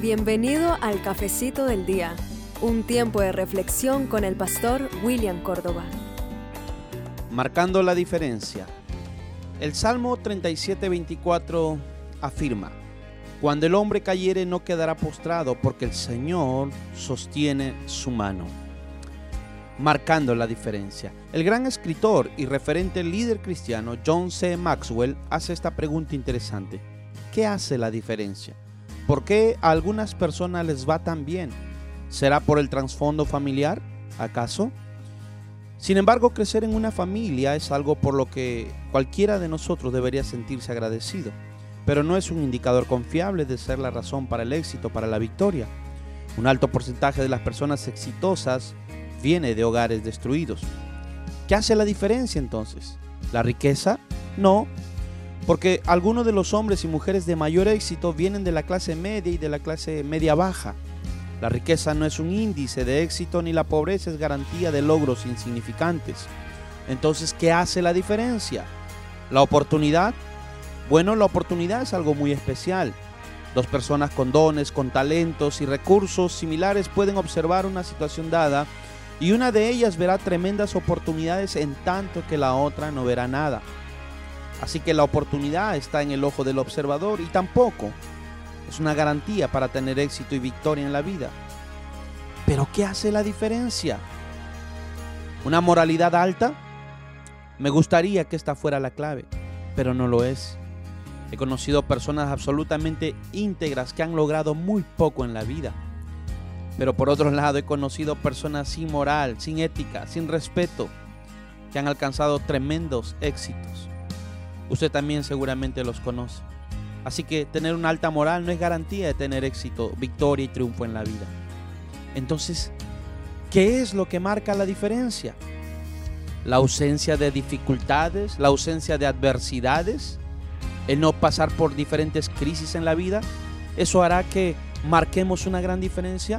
Bienvenido al Cafecito del Día, un tiempo de reflexión con el pastor William Córdoba. Marcando la diferencia. El Salmo 37:24 afirma: cuando el hombre cayere no quedará postrado, porque el Señor sostiene su mano. Marcando la diferencia. El gran escritor y referente líder cristiano John C. Maxwell hace esta pregunta interesante: ¿qué hace la diferencia? ¿Por qué a algunas personas les va tan bien? ¿Será por el trasfondo familiar, acaso? Sin embargo, crecer en una familia es algo por lo que cualquiera de nosotros debería sentirse agradecido, pero no es un indicador confiable de ser la razón para el éxito, para la victoria. Un alto porcentaje de las personas exitosas viene de hogares destruidos. ¿Qué hace la diferencia entonces? ¿La riqueza? No, porque algunos de los hombres y mujeres de mayor éxito vienen de la clase media y de la clase media baja. La riqueza no es un índice de éxito, ni la pobreza es garantía de logros insignificantes. Entonces, ¿qué hace la diferencia? ¿La oportunidad? Bueno, la oportunidad es algo muy especial. Dos personas con dones, con talentos y recursos similares pueden observar una situación dada y una de ellas verá tremendas oportunidades en tanto que la otra no verá nada. Así que la oportunidad está en el ojo del observador y tampoco es una garantía para tener éxito y victoria en la vida. ¿Pero qué hace la diferencia? ¿Una moralidad alta? Me gustaría que esta fuera la clave, pero no lo es. He conocido personas absolutamente íntegras que han logrado muy poco en la vida. Pero por otro lado he conocido personas sin moral, sin ética, sin respeto, que han alcanzado tremendos éxitos. Usted también seguramente los conoce. Así que tener una alta moral no es garantía de tener éxito, victoria y triunfo en la vida. Entonces, ¿qué es lo que marca la diferencia? ¿La ausencia de dificultades? ¿La ausencia de adversidades? ¿El no pasar por diferentes crisis en la vida? ¿Eso hará que marquemos una gran diferencia?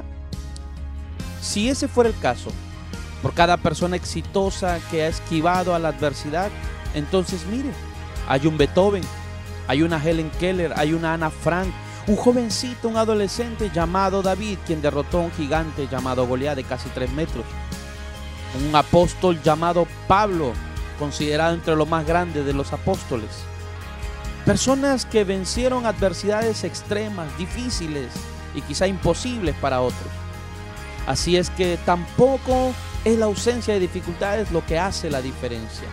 Si ese fuera el caso, por cada persona exitosa que ha esquivado a la adversidad, entonces mire, hay un Beethoven, hay una Helen Keller, hay una Ana Frank, un jovencito, un adolescente llamado David, quien derrotó a un gigante llamado Goliat de casi 3 metros. Un apóstol llamado Pablo, considerado entre los más grandes de los apóstoles. Personas que vencieron adversidades extremas, difíciles y quizá imposibles para otros. Así es que tampoco es la ausencia de dificultades lo que hace la diferencia.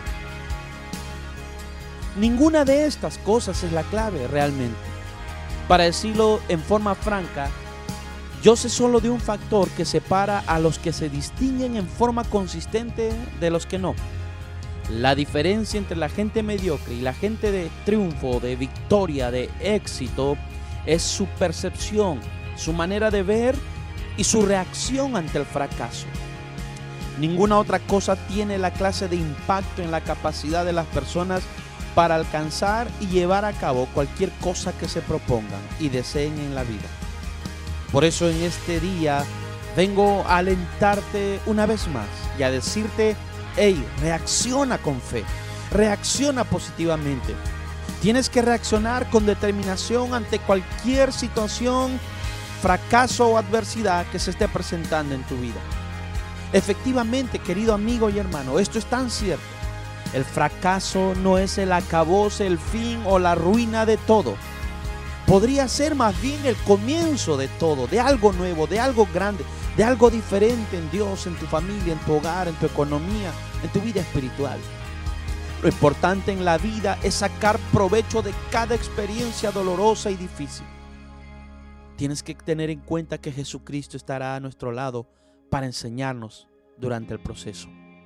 Ninguna de estas cosas es la clave realmente. Para decirlo en forma franca, yo sé solo de un factor que separa a los que se distinguen en forma consistente de los que no. La diferencia entre la gente mediocre y la gente de triunfo, de victoria, de éxito, es su percepción, su manera de ver y su reacción ante el fracaso. Ninguna otra cosa tiene la clase de impacto en la capacidad de las personas para alcanzar y llevar a cabo cualquier cosa que se propongan y deseen en la vida. Por eso en este día vengo a alentarte una vez más y a decirte: hey, reacciona con fe, reacciona positivamente. Tienes que reaccionar con determinación ante cualquier situación, fracaso o adversidad que se esté presentando en tu vida. Efectivamente, querido amigo y hermano, esto es tan cierto. El fracaso no es el acabose, el fin o la ruina de todo. Podría ser más bien el comienzo de todo, de algo nuevo, de algo grande, de algo diferente en Dios, en tu familia, en tu hogar, en tu economía, en tu vida espiritual. Lo importante en la vida es sacar provecho de cada experiencia dolorosa y difícil. Tienes que tener en cuenta que Jesucristo estará a nuestro lado para enseñarnos durante el proceso.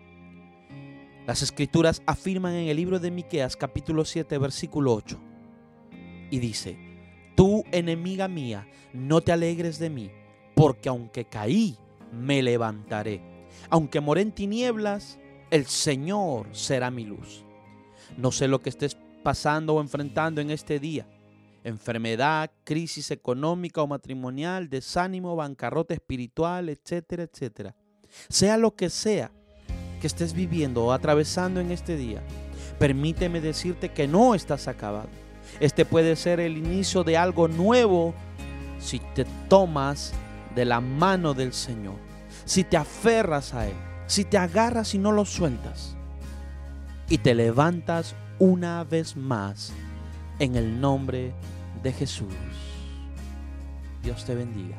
Las Escrituras afirman en el libro de Miqueas capítulo 7 versículo 8 y dice: tú, enemiga mía, no te alegres de mí, porque aunque caí, me levantaré. Aunque moré en tinieblas, el Señor será mi luz. No sé lo que estés pasando o enfrentando en este día: enfermedad, crisis económica o matrimonial, desánimo, bancarrota espiritual, etcétera, etcétera. Sea lo que sea que estés viviendo o atravesando en este día, permíteme decirte que no estás acabado. Este puede ser el inicio de algo nuevo si te tomas de la mano del Señor, si te aferras a Él, si te agarras y no lo sueltas y te levantas una vez más en el nombre de Jesús. Dios te bendiga.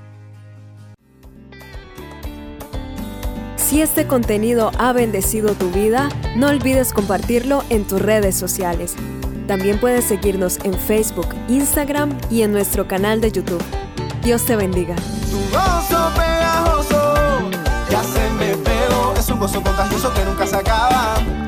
Si este contenido ha bendecido tu vida, no olvides compartirlo en tus redes sociales. También puedes seguirnos en Facebook, Instagram y en nuestro canal de YouTube. Dios te bendiga. Tu gozo pegajoso ya se me pegó, es un gozo contagioso que nunca se acaba.